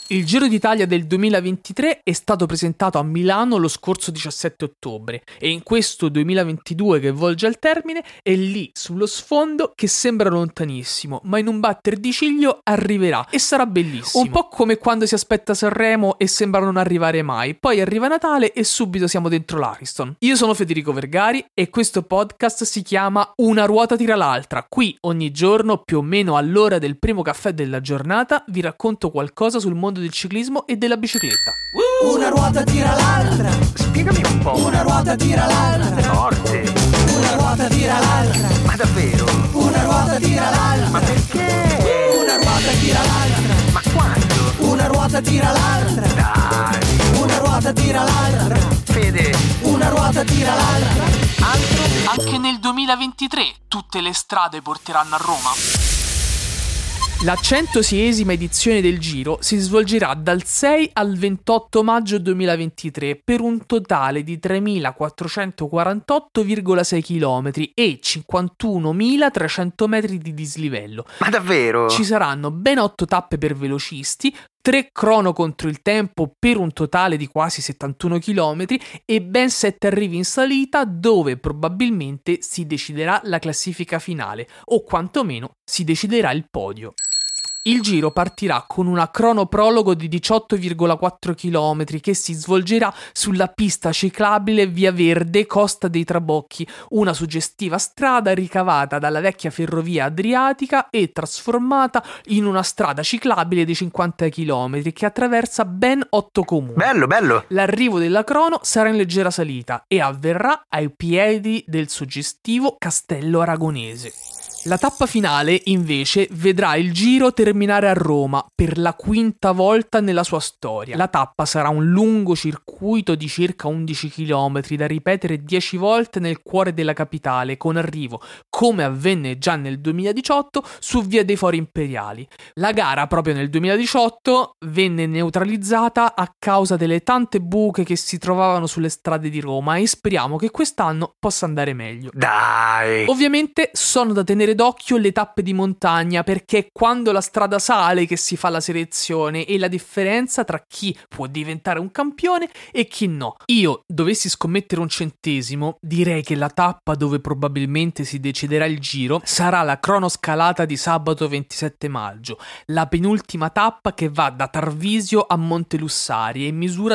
Il Giro d'Italia del 2023 è stato presentato a Milano lo scorso 17 ottobre e in questo 2022 che volge al termine è lì sullo sfondo che sembra lontanissimo, ma in un batter di ciglio arriverà e sarà bellissimo. Un po' come quando si aspetta Sanremo e sembra non arrivare mai, poi arriva Natale e subito siamo dentro l'Ariston. Io sono Federico Vergari e questo podcast si chiama Una ruota tira l'altra. Qui ogni giorno, più o meno all'ora del primo caffè della giornata, vi racconto qualcosa sul mondo del ciclismo e della bicicletta. Una ruota tira l'altra. Spiegami un po'. Una ruota tira l'altra. Forte. Una ruota tira l'altra. Ma davvero? Una ruota tira l'altra. Ma perché? Una ruota tira l'altra. Ma quando? Una ruota tira l'altra. Dai. Una ruota tira l'altra. Fede. Una ruota tira l'altra. Altro? Anche nel 2023 tutte le strade porteranno a Roma. La 106esima edizione del Giro si svolgerà dal 6 al 28 maggio 2023 per un totale di 3.448,6 km e 51.300 metri di dislivello. Ma davvero? Ci saranno ben 8 tappe per velocisti, 3 crono contro il tempo per un totale di quasi 71 km e ben 7 arrivi in salita dove probabilmente si deciderà la classifica finale o quantomeno si deciderà il podio. Il Giro partirà con una cronoprologo di 18,4 km che si svolgerà sulla pista ciclabile Via Verde Costa dei Trabocchi, una suggestiva strada ricavata dalla vecchia ferrovia adriatica e trasformata in una strada ciclabile di 50 km che attraversa ben 8 comuni. Bello. L'arrivo della crono sarà in leggera salita e avverrà ai piedi del suggestivo Castello Aragonese. La tappa finale, invece, vedrà il Giro terminare a Roma per la 5ª volta nella sua storia. La tappa sarà un lungo circuito di circa 11 km da ripetere 10 volte nel cuore della capitale, con arrivo, come avvenne già nel 2018, su Via dei Fori Imperiali. La gara, proprio nel 2018, venne neutralizzata a causa delle tante buche che si trovavano sulle strade di Roma e speriamo che quest'anno possa andare meglio. Dai. Ovviamente sono da tenere d'occhio le tappe di montagna perché è quando la strada sale che si fa la selezione e la differenza tra chi può diventare un campione e chi no. Io dovessi scommettere un centesimo, direi che la tappa dove probabilmente si deciderà il Giro sarà la cronoscalata di sabato 27 maggio, la penultima tappa che va da Tarvisio a Montelussari e misura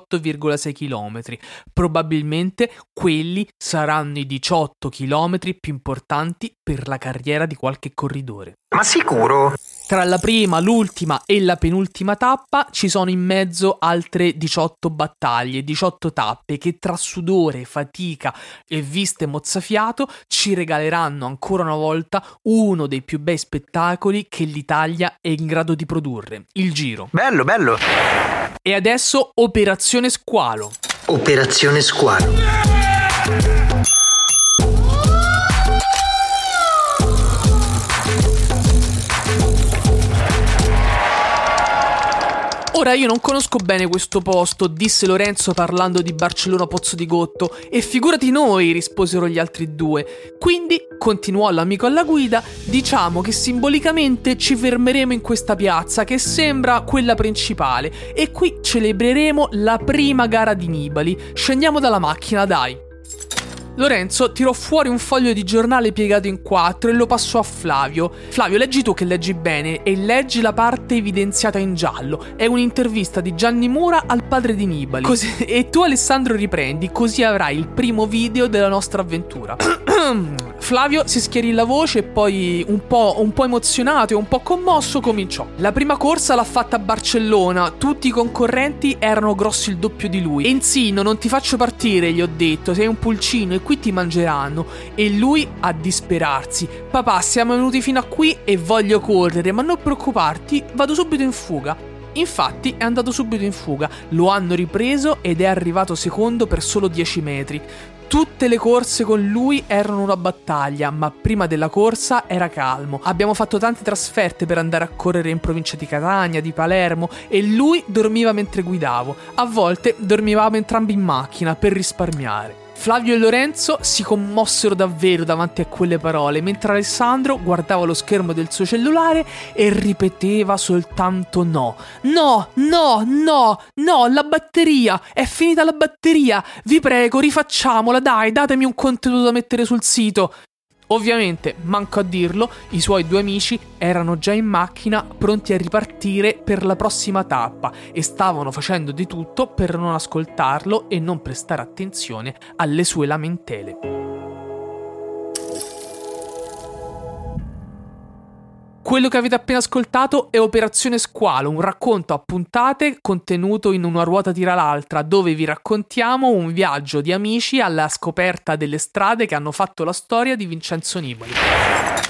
18,6 km. Probabilmente quelli saranno i 18 km più importanti per la carriera di qualche corridore. Ma sicuro? Tra la prima, l'ultima e la penultima tappa ci sono in mezzo altre 18 battaglie, 18 tappe che tra sudore, fatica e viste mozzafiato ci regaleranno ancora una volta uno dei più bei spettacoli che l'Italia è in grado di produrre, il Giro. Bello. E adesso Operazione Squalo. Operazione Squalo. Ora io non conosco bene questo posto, disse Lorenzo parlando di Barcellona Pozzo di Gotto, e figurati noi, risposero gli altri due. Quindi, continuò l'amico alla guida, diciamo che simbolicamente ci fermeremo in questa piazza che sembra quella principale e qui celebreremo la prima gara di Nibali. Scendiamo dalla macchina, dai. Lorenzo tirò fuori un foglio di giornale piegato in 4 e lo passò a Flavio. Flavio, leggi tu che leggi bene e leggi la parte evidenziata in giallo. È un'intervista di Gianni Mura al padre di Nibali. Così, e tu Alessandro riprendi, così avrai il primo video della nostra avventura. Flavio si schiarì la voce e poi un po' emozionato e un po' commosso cominciò. La prima corsa l'ha fatta a Barcellona, tutti i concorrenti erano grossi il doppio di lui. Enzino, non ti faccio partire, gli ho detto, sei un pulcino e qui ti mangeranno. E lui a disperarsi: papà, siamo venuti fino a qui e voglio correre, ma non preoccuparti, vado subito in fuga. Infatti è andato subito in fuga, lo hanno ripreso ed è arrivato secondo per solo 10 metri. Tutte le corse con lui erano una battaglia, ma prima della corsa era calmo. Abbiamo fatto tante trasferte per andare a correre in provincia di Catania, di Palermo, e lui dormiva mentre guidavo. A volte dormivamo entrambi in macchina per risparmiare. Flavio e Lorenzo si commossero davvero davanti a quelle parole, mentre Alessandro guardava lo schermo del suo cellulare e ripeteva soltanto no. No, no, no, no, la batteria, è finita la batteria, vi prego, rifacciamola, dai, datemi un contenuto da mettere sul sito. Ovviamente, manco a dirlo, i suoi due amici erano già in macchina pronti a ripartire per la prossima tappa e stavano facendo di tutto per non ascoltarlo e non prestare attenzione alle sue lamentele. Quello che avete appena ascoltato è Operazione Squalo, un racconto a puntate contenuto in Una ruota tira l'altra, dove vi raccontiamo un viaggio di amici alla scoperta delle strade che hanno fatto la storia di Vincenzo Nibali.